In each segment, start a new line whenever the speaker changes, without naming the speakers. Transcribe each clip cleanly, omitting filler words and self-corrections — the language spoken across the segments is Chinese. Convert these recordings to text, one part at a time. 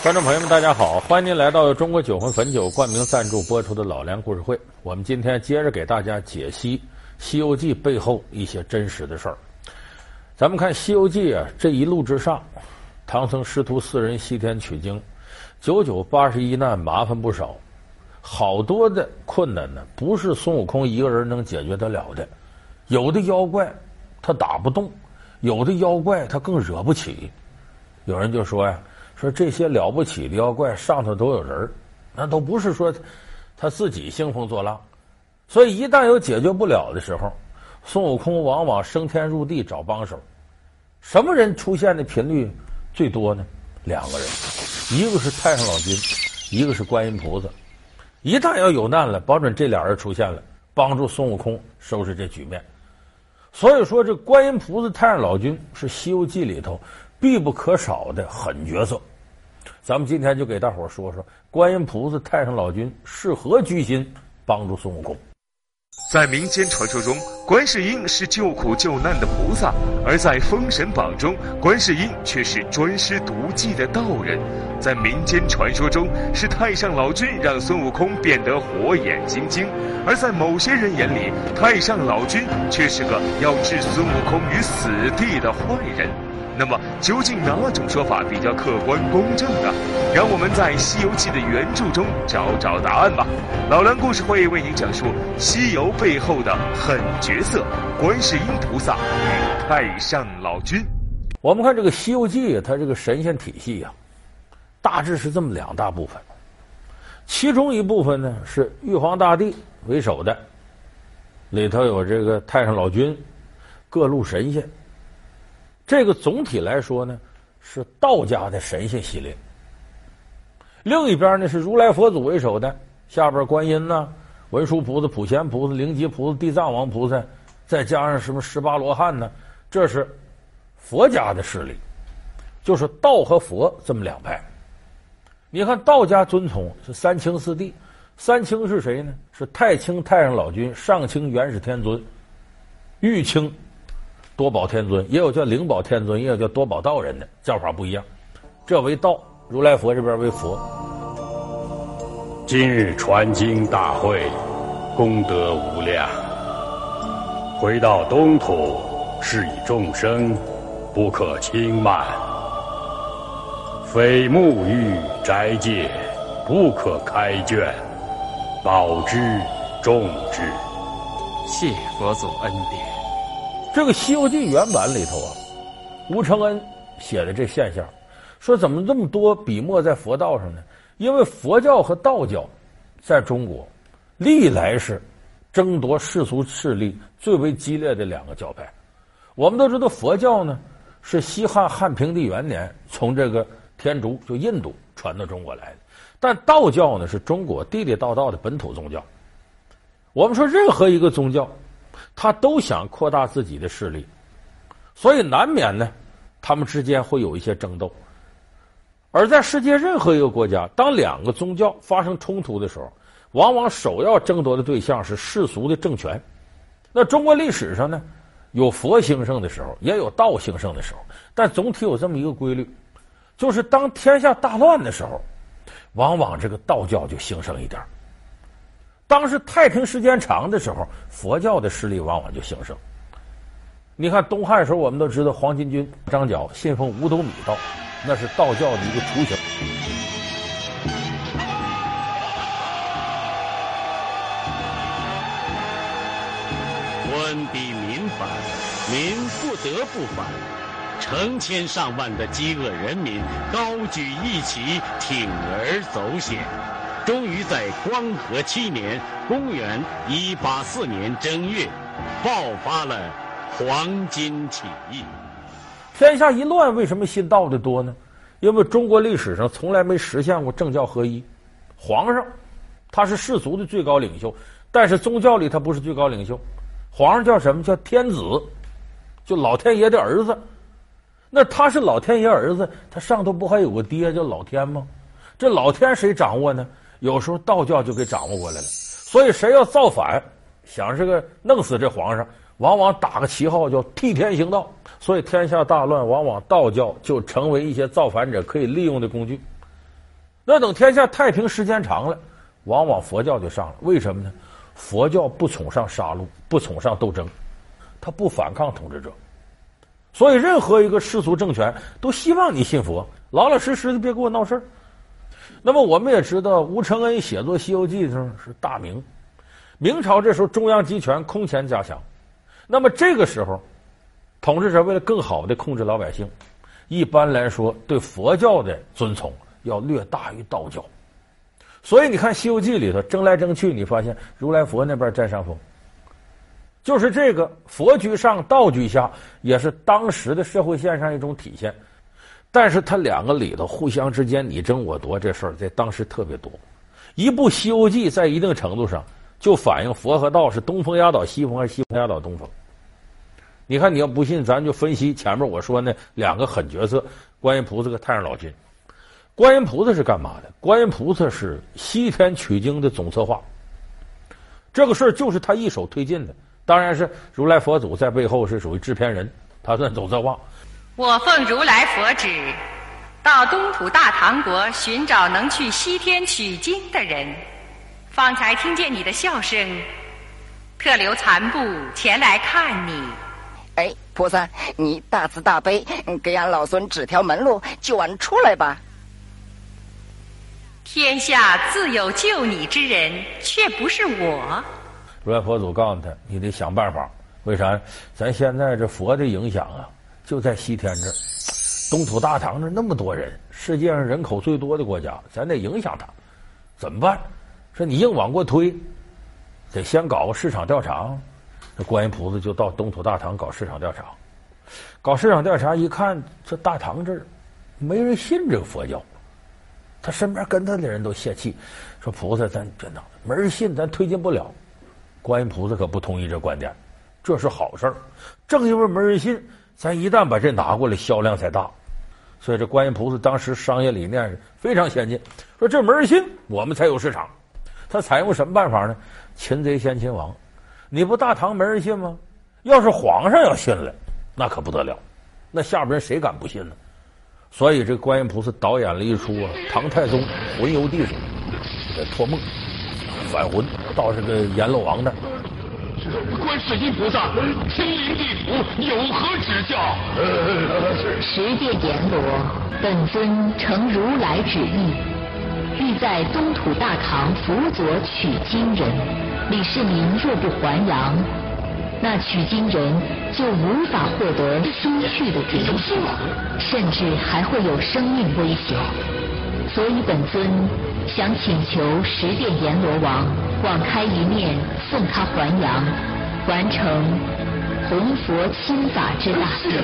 观众朋友们，大家好，欢迎您来到中国酒魂汾酒冠名赞助播出的老梁故事会。我们今天接着给大家解析《西游记》背后一些真实的事儿。咱们看《西游记》啊，这一路之上，唐僧师徒四人西天取经，991难，麻烦不少，好多的困难呢，不是孙悟空一个人能解决得了的。有的妖怪他打不动，有的妖怪他更惹不起。有人就说呀，说这些了不起的妖怪上头都有人，那都不是说他自己兴风作浪，所以一旦有解决不了的时候，孙悟空往往升天入地找帮手。什么人出现的频率最多呢？两个人，一个是太上老君，一个是观音菩萨。一旦要有难了，保准这俩人出现了，帮助孙悟空收拾这局面。所以说，这观音菩萨、太上老君是《西游记》里头必不可少的狠角色。咱们今天就给大伙儿说说观音菩萨、太上老君是何居心帮助孙悟空。
在民间传说中，观世音是救苦救难的菩萨，而在《封神榜》中，观世音却是专施毒计的道人。在民间传说中，是太上老君让孙悟空变得火眼金睛，而在某些人眼里，太上老君却是个要置孙悟空于死地的坏人。那么究竟哪种说法比较客观公正呢？让我们在《西游记》的原著中找找答案吧。老梁故事会为您讲述西游背后的狠角色——观世音菩萨与太上老君。
我们看这个《西游记》，它这个神仙体系啊，大致是这么两大部分。其中一部分呢是玉皇大帝为首的，里头有这个太上老君、各路神仙。这个总体来说呢，是道家的神仙系列。另一边呢是如来佛祖为首的，下边观音呐、文殊菩萨、普贤菩萨、灵吉菩萨、地藏王菩萨，再加上什么18罗汉呢，这是佛家的势力，就是道和佛这么两派。你看道家尊崇是三清四帝，三清是谁呢？是太清太上老君、上清元始天尊、玉清多宝天尊，也有叫灵宝天尊，也有叫多宝道人的，叫法不一样。这为道，如来佛这边为佛。
今日传经大会，功德无量。回到东土，是以众生不可轻慢。非沐浴斋戒，不可开卷，保之重之。
谢佛祖恩典。
这个《西游记》原版里头啊，吴承恩写的这现象，说怎么这么多笔墨在佛道上呢？因为佛教和道教在中国历来是争夺世俗势力最为激烈的两个教派。我们都知道佛教呢是西汉汉平帝元年从这个天竺就印度传到中国来的，但道教呢是中国地地道道的本土宗教。我们说任何一个宗教他都想扩大自己的势力，所以难免呢他们之间会有一些争斗。而在世界任何一个国家，当两个宗教发生冲突的时候，往往首要争夺的对象是世俗的政权。那中国历史上呢，有佛兴盛的时候，也有道兴盛的时候，但总体有这么一个规律，就是当天下大乱的时候，往往这个道教就兴盛一点，当时太平时间长的时候，佛教的势力往往就兴盛。你看东汉时候，我们都知道黄巾军张角信奉五斗米道，那是道教的一个雏形。
官逼民反，民不得不反，成千上万的饥饿人民高举义旗，铤而走险，终于在光和7年（公元184年）正月，爆发了黄巾起义。
天下一乱，为什么信道的多呢？因为中国历史上从来没实现过政教合一。皇上他是世俗的最高领袖，但是宗教里他不是最高领袖。皇上叫什么？叫天子，就老天爷的儿子。那他是老天爷儿子，他上头不还有个爹叫老天吗？这老天谁掌握呢？有时候道教就给掌握过来了。所以谁要造反，想这个弄死这皇上，往往打个旗号叫替天行道。所以天下大乱，往往道教就成为一些造反者可以利用的工具。 那等天下太平时间长了，往往佛教就上了。为什么呢？佛教不崇尚杀戮，不崇尚斗争，他不反抗统治者，所以任何一个世俗政权都希望你信佛，老老实实的别给我闹事儿。那么我们也知道，吴承恩写作《西游记》的时候是大明，明朝这时候中央集权空前加强。那么这个时候，统治者为了更好的控制老百姓，一般来说对佛教的尊崇要略大于道教。所以你看《西游记》里头争来争去，你发现如来佛那边占上风，就是这个佛居上道居下，也是当时的社会现象一种体现。但是他两个里头互相之间你争我夺这事儿在当时特别多。一部《西游记》在一定程度上就反映佛和道是东风压倒西风还是西风压倒东风。你看你要不信，咱就分析前面我说那两个狠角色，观音菩萨和太上老君。观音菩萨是干嘛的？观音菩萨是西天取经的总策划，这个事儿就是他一手推进的。当然是如来佛祖在背后是属于制片人，他算总策划。
我奉如来佛旨，到东土大唐国寻找能去西天取经的人。方才听见你的笑声，特留残部前来看你。
哎，菩萨，你大慈大悲，给俺老孙指条门路，救俺出来吧。
天下自有救你之人，却不是我。
如来佛祖告诉他，你得想办法。为啥？咱现在这佛的影响啊，就在西天这儿，东土大唐这那么多人，世界上人口最多的国家，咱得影响他。怎么办？说你硬往过推，得先搞个市场调查。这观音菩萨就到东土大唐搞市场调查。搞市场调查一看，这大唐这儿没人信这个佛教，他身边跟他的人都泄气，说菩萨咱别闹，没人信，咱推进不了。观音菩萨可不同意这观点，这是好事儿。正因为没人信，咱一旦把这拿过来，销量才大。所以这观音菩萨当时商业理念是非常先进，说这没人信，我们才有市场。他采用什么办法呢？擒贼先擒王。你不大唐没人信吗？要是皇上要信了，那可不得了，那下边人谁敢不信呢？所以这观音菩萨导演了一出唐太宗魂游地上，托梦返魂到这个阎罗王那儿。
观世音菩萨亲临地府，有何指教？
十殿阎罗，本尊承如来旨意，欲在东土大唐辅佐取经人。李世民若不还阳，那取经人就无法获得西去的准许，甚至还会有生命危险。所以本尊想请求十殿阎罗王网开一面，送他还阳，完成弘佛亲法之大业。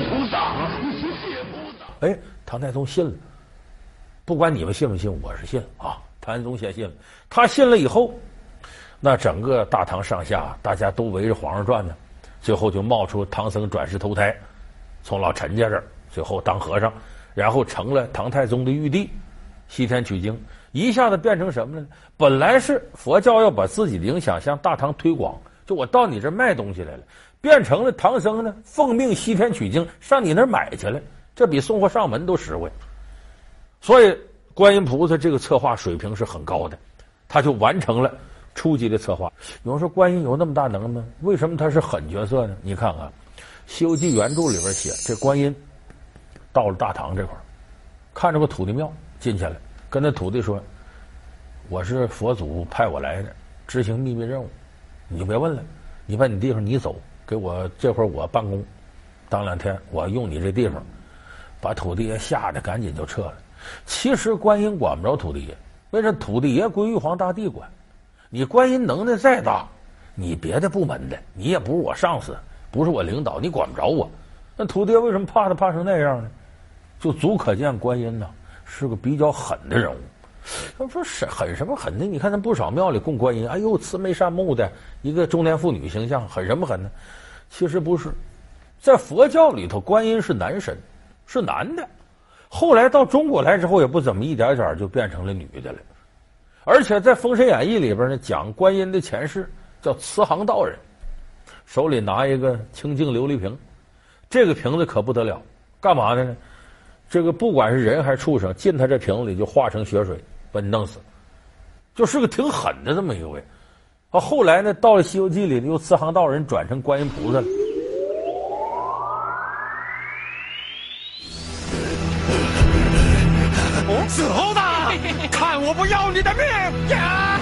哎，唐太宗信了，不管你们信不信，我是信啊。唐太宗先信了，他信了以后，那整个大唐上下大家都围着皇上转呢。最后就冒出唐僧转世投胎，从老陈家这儿最后当和尚，然后成了唐太宗的玉帝，西天取经，一下子变成什么呢？本来是佛教要把自己的影响向大唐推广，就我到你这儿卖东西来了，变成了唐僧呢奉命西天取经，上你那儿买去了，这比送货上门都实惠。所以观音菩萨这个策划水平是很高的，他就完成了初级的策划。有人说观音有那么大能吗？为什么他是狠角色呢？你看看《西游记》原著里边写，这观音到了大唐这块儿，看着个土地庙进去了，跟那土地说：“我是佛祖派我来的，执行秘密任务，你就别问了，你把你地方你走，给我这会儿我办公，当2天我用你这地方。”把土地爷吓得赶紧就撤了。其实观音管不着土地爷，为这土地爷归玉皇大帝管。你观音能耐再大，你别的部门的，你也不是我上司，不是我领导，你管不着我。那土地爷为什么怕他怕成那样呢？就足可见观音呢是个比较狠的人物。他们说狠什么狠呢？你看咱不少庙里供观音，哎呦慈眉善目的一个中年妇女形象，狠什么狠呢？其实不是，在佛教里头，观音是男神，是男的。后来到中国来之后，也不怎么一点点就变成了女的了。而且在《封神演义》里边呢，讲观音的前世叫慈航道人，手里拿一个清净琉璃瓶，这个瓶子可不得了，干嘛的呢？这个不管是人还是畜生，进他这瓶子里就化成血水， 把你弄死，就是个挺狠的这么一位。后来呢，到了《西游记》里，又慈航道人转成观音菩萨了。
死猴子，看我不要你的命！呀！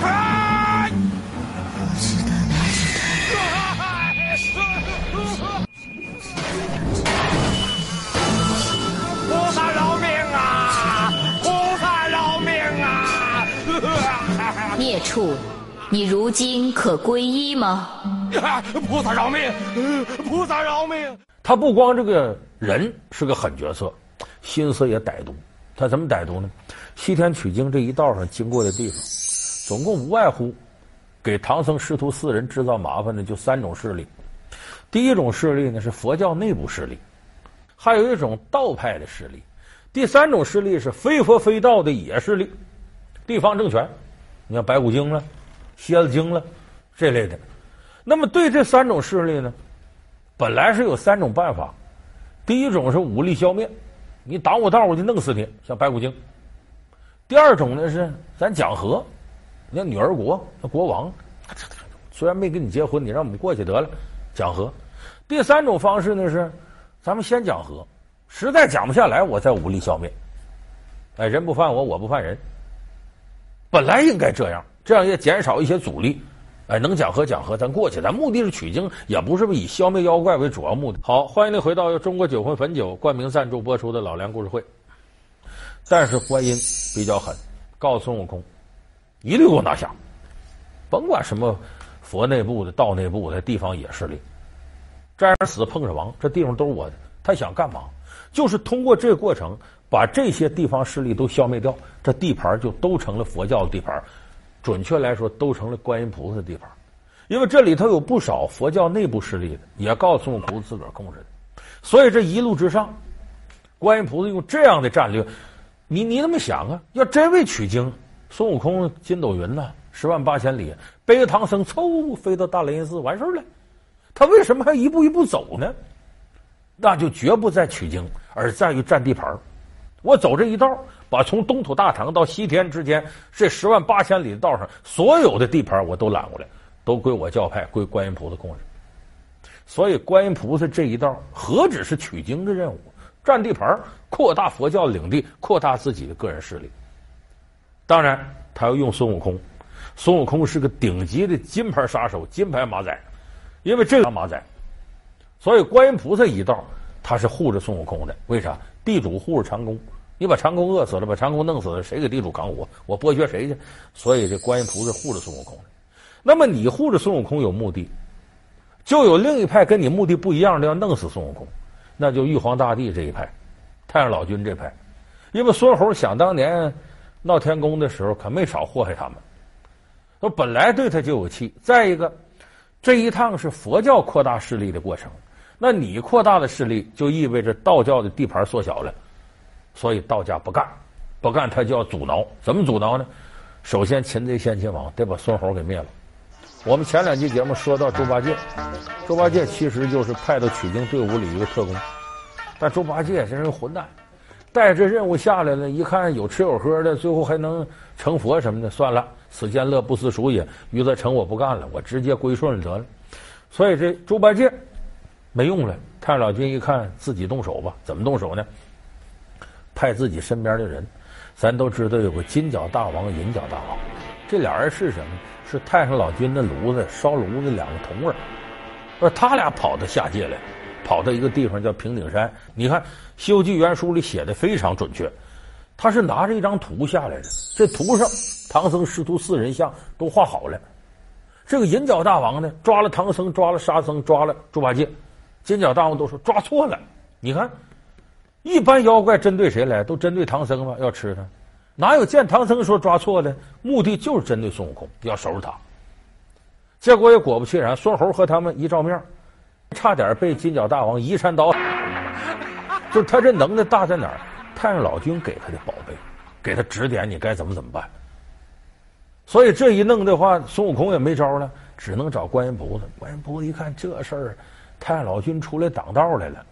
菩萨饶命啊！菩萨饶命啊！
孽畜，你如今可皈依吗？
菩萨饶命！菩萨饶命！
他不光这个人是个狠角色，心思也歹毒。他怎么歹毒呢？西天取经这一道上经过的地方，总共无外乎给唐僧师徒4人制造麻烦的就3种势力。第一种势力呢是佛教内部势力，还有一种道派的势力，第3种势力是非佛非道的野势力，地方政权，你像白骨精了、蝎子精了这类的。那么对这3种势力呢，本来是有3种办法。第一种是武力消灭，你挡我道我就弄死你，像白骨精。第二种呢是咱讲和，你像女儿国那国王，虽然没跟你结婚，你让我们过去得了，讲和。第3种方式呢是咱们先讲和，实在讲不下来我再武力消灭。哎，人不犯我，我不犯人，本来应该这样，这样也减少一些阻力。哎，能讲和讲和，咱过去，咱目的是取经，也不是以消灭妖怪为主要目的。好，欢迎您回到由中国酒魂汾酒冠名赞助播出的老梁故事会。但是观音比较狠，告诉孙悟空，一律给我拿下，甭管什么佛内部的、道内部的、地方野势力，沾着死碰着亡，这地方都是我的。他想干嘛？就是通过这个过程，把这些地方势力都消灭掉，这地盘就都成了佛教的地盘。准确来说，都成了观音菩萨的地盘，因为这里头有不少佛教内部势力的，也告诉孙悟空自个儿控制的。所以这一路之上，观音菩萨用这样的战略，你怎么想啊？要真为取经，孙悟空筋斗云呐，10万8千里，背着唐僧嗖飞到大雷音寺完事儿了。他为什么还一步一步走呢？那就绝不在取经，而在于占地盘。我走这一道，把从东土大唐到西天之间这10万8千里的道上所有的地盘我都揽过来，都归我教派，归观音菩萨控制。所以观音菩萨这一道何止是取经的任务，占地盘，扩大佛教领地，扩大自己的个人势力。当然他要用孙悟空，孙悟空是个顶级的金牌杀手，金牌马仔，因为这个马仔，所以观音菩萨一道他是护着孙悟空的。为啥？地主护着长工，你把长工饿死了，把长工弄死了，谁给地主扛活？我剥削谁去？所以这观音菩萨护着孙悟空的。那么你护着孙悟空有目的，就有另一派跟你目的不一样的要弄死孙悟空，那就玉皇大帝这一派，太上老君这派。因为孙猴想当年闹天宫的时候可没少祸害他们，说本来对他就有气，再一个这一趟是佛教扩大势力的过程，那你扩大的势力就意味着道教的地盘缩小了，所以道家不干他就要阻挠。怎么阻挠呢？首先擒贼先擒王，得把孙猴给灭了。我们前2期节目说到猪八戒，猪八戒其实就是派到取经队伍里一个特工，但猪八戒这人混蛋，带着任务下来了，一看有吃有喝的，最后还能成佛什么的，算了，此间乐不思蜀也，余则成我不干了，我直接归顺了得了。所以这猪八戒没用了，太上老君一看自己动手吧，怎么动手呢？派自己身边的人，咱都知道有个金角大王、银角大王，这俩人是什么？是太上老君的炉子烧炉子2个童儿，而他俩跑到下界来，跑到一个地方叫平顶山。你看《西游记》原书里写的非常准确，他是拿着一张图下来的，这图上唐僧师徒4人像都画好了。这个银角大王呢，抓了唐僧，抓了沙僧，抓了猪八戒。金角大王都说抓错了，你看一般妖怪针对谁来？都针对唐僧嘛，要吃他。哪有见唐僧说抓错的？目的就是针对孙悟空，要收拾他。结果也果不其然，孙猴和他们一照面，差点被金角大王移山倒海。就是他这能耐大在哪儿？太上老君给他的宝贝，给他指点你该怎么办。所以这一弄的话，孙悟空也没招了，只能找观音菩萨。观音菩萨一看这事儿，太上老君出来挡道来了，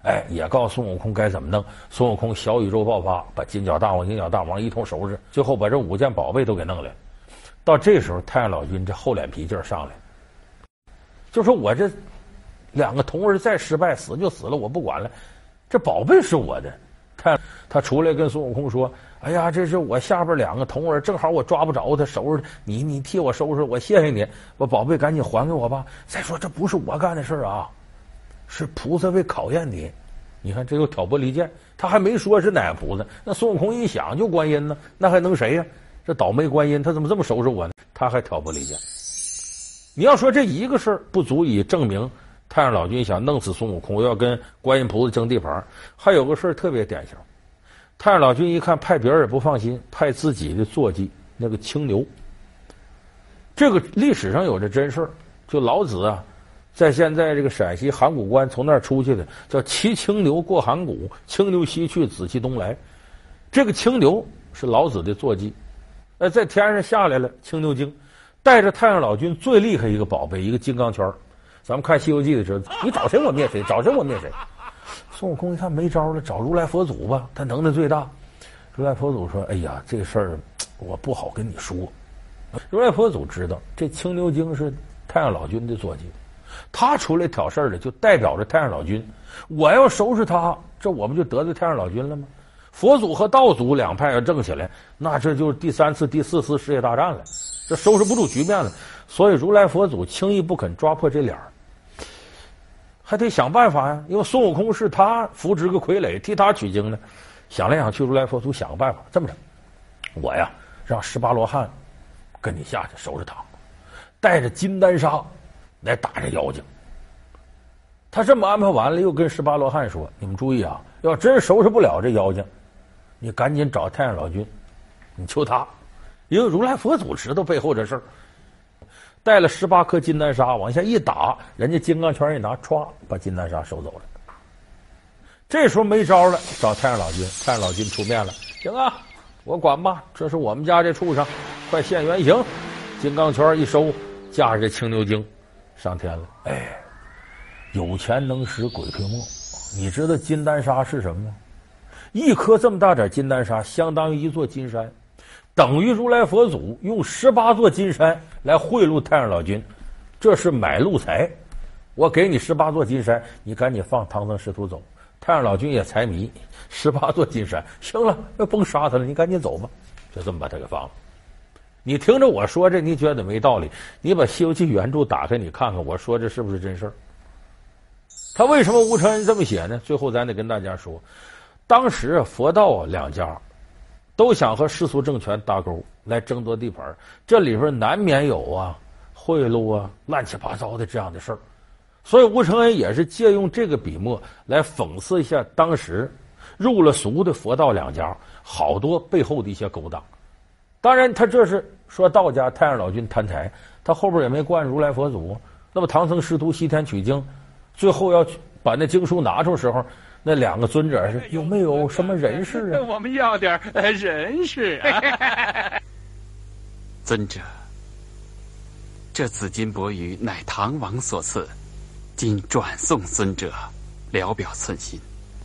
也告诉孙悟空该怎么弄。孙悟空小宇宙爆发，把金角大王、银角大王一通收拾，最后把这5件宝贝都给弄来。到这时候，太上老君这厚脸皮劲儿上来，就说我这2个童儿再失败，死就死了，我不管了，这宝贝是我的。他出来跟孙悟空说：“哎呀，这是我下边2个童儿，正好我抓不着他，收拾他，你替我收拾，我谢谢你，把宝贝赶紧还给我吧。再说这不是我干的事儿啊，是菩萨为考验你。你看这又挑拨离间，他还没说是哪个菩萨。那孙悟空一想就观音呢，那还能谁呀？这倒霉观音，他怎么这么收拾我呢？他还挑拨离间。你要说这一个事儿不足以证明太上老君想弄死孙悟空，要跟观音菩萨争地盘。还有个事儿特别典型，太上老君一看派别人也不放心，派自己的坐骑那个青牛。这个历史上有这真事儿，就老子啊，在现在这个陕西函谷关从那儿出去的，叫骑青牛过函谷，青牛西去，紫气东来。这个青牛是老子的坐骑，在天上下来了，青牛精带着太上老君最厉害一个宝贝，一个金刚圈。咱们看《西游记》的时候，你找谁我灭谁，找谁我灭谁。孙悟空一看没招了，找如来佛祖吧，他能耐最大。如来佛祖说：“哎呀，这事儿我不好跟你说。”如来佛祖知道这青牛精是太上老君的坐骑，他出来挑事儿的，就代表着太上老君。我要收拾他，这我们就得罪太上老君了吗？佛祖和道祖2派要争起来，那这就是第3次、第4次世界大战了，这收拾不住局面了。所以如来佛祖轻易不肯抓破这脸儿。还得想办法呀，因为孙悟空是他扶植个傀儡，替他取经呢。想来想去，如来佛祖想个办法，这么着，我呀让18罗汉跟你下去收拾他，带着金丹砂来打这妖精。他这么安排完了，又跟18罗汉说：“你们注意啊，要真收拾不了这妖精，你赶紧找太上老君，你求他，因为如来佛祖知道背后这事儿。”带了18颗金丹砂往下一打，人家金刚圈一拿，歘，把金丹砂收走了。这时候没招了，找太上老君。太上老君出面了：“行啊，我管吧，这是我们家这畜生，快现原形。”金刚圈一收，驾着这青牛精上天了。有钱能使鬼推磨。你知道金丹砂是什么吗？一颗这么大点金丹砂，相当于一座金山。等于如来佛祖用18座金山来贿赂太上老君，这是买路财。我给你18座金山，你赶紧放唐僧师徒走。太上老君也财迷，18座金山，行了，甭杀他了，你赶紧走吧，就这么把他给放了。你听着我说这，你觉得没道理？你把《西游记》原著打开，你看看，我说这是不是真事儿？他为什么吴承恩这么写呢？最后咱得跟大家说，当时佛道2家都想和世俗政权搭钩，来争夺地盘，这里边难免有贿赂乱七八糟的这样的事儿。所以吴承恩也是借用这个笔墨来讽刺一下当时入了俗的佛道2家好多背后的一些勾当。当然他这是说道家太上老君贪财，他后边也没惯如来佛祖。那么唐僧师徒西天取经，最后要把那经书拿出时候，那2个尊者是有没有什么人事啊？
我们要点人事啊！尊者，这紫金钵盂乃唐王所赐，今转送尊者，聊表寸心。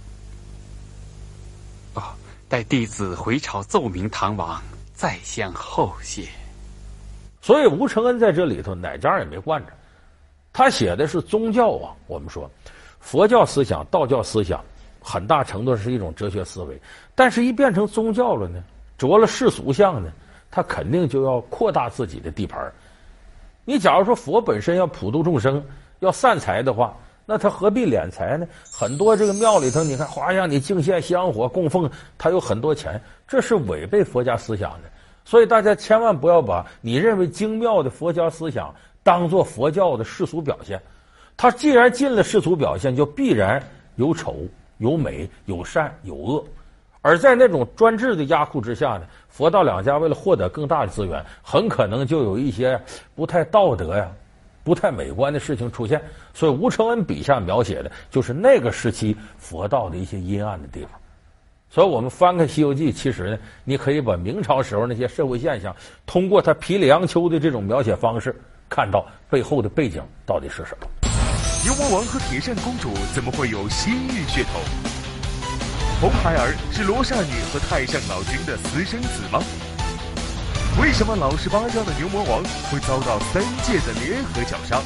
待弟子回朝奏明唐王，再相后谢。
所以吴承恩在这里头哪家也没惯着，他写的是宗教啊。我们说佛教思想、道教思想很大程度是一种哲学思维，但是一变成宗教了呢，着了世俗相呢，他肯定就要扩大自己的地盘。你假如说佛本身要普度众生，要散财的话，那他何必敛财呢？很多这个庙里头，你看让你敬献香火供奉，他有很多钱，这是违背佛家思想的。所以大家千万不要把你认为精妙的佛家思想当作佛教的世俗表现。它既然进了世俗表现，就必然有丑、有美、有善、有恶。而在那种专制的压库之下呢，佛道2家为了获得更大的资源，很可能就有一些不太道德呀、不太美观的事情出现。所以吴承恩笔下描写的就是那个时期佛道的一些阴暗的地方。所以我们翻开《西游记》，其实呢，你可以把明朝时候那些社会现象，通过他皮里阳秋的这种描写方式，看到背后的背景到底是什么。
牛魔王和铁扇公主怎么会有仙孕血统？红孩儿是罗刹女和太上老君的私生子吗？为什么老实巴交的牛魔王会遭到3届的联合绞杀？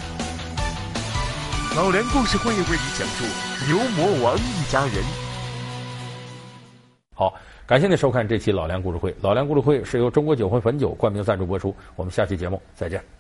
老梁故事会为你讲述牛魔王一家人。
好，感谢您收看这期老梁故事会。老梁故事会是由中国酒魂汾酒冠名赞助播出。我们下期节目再见。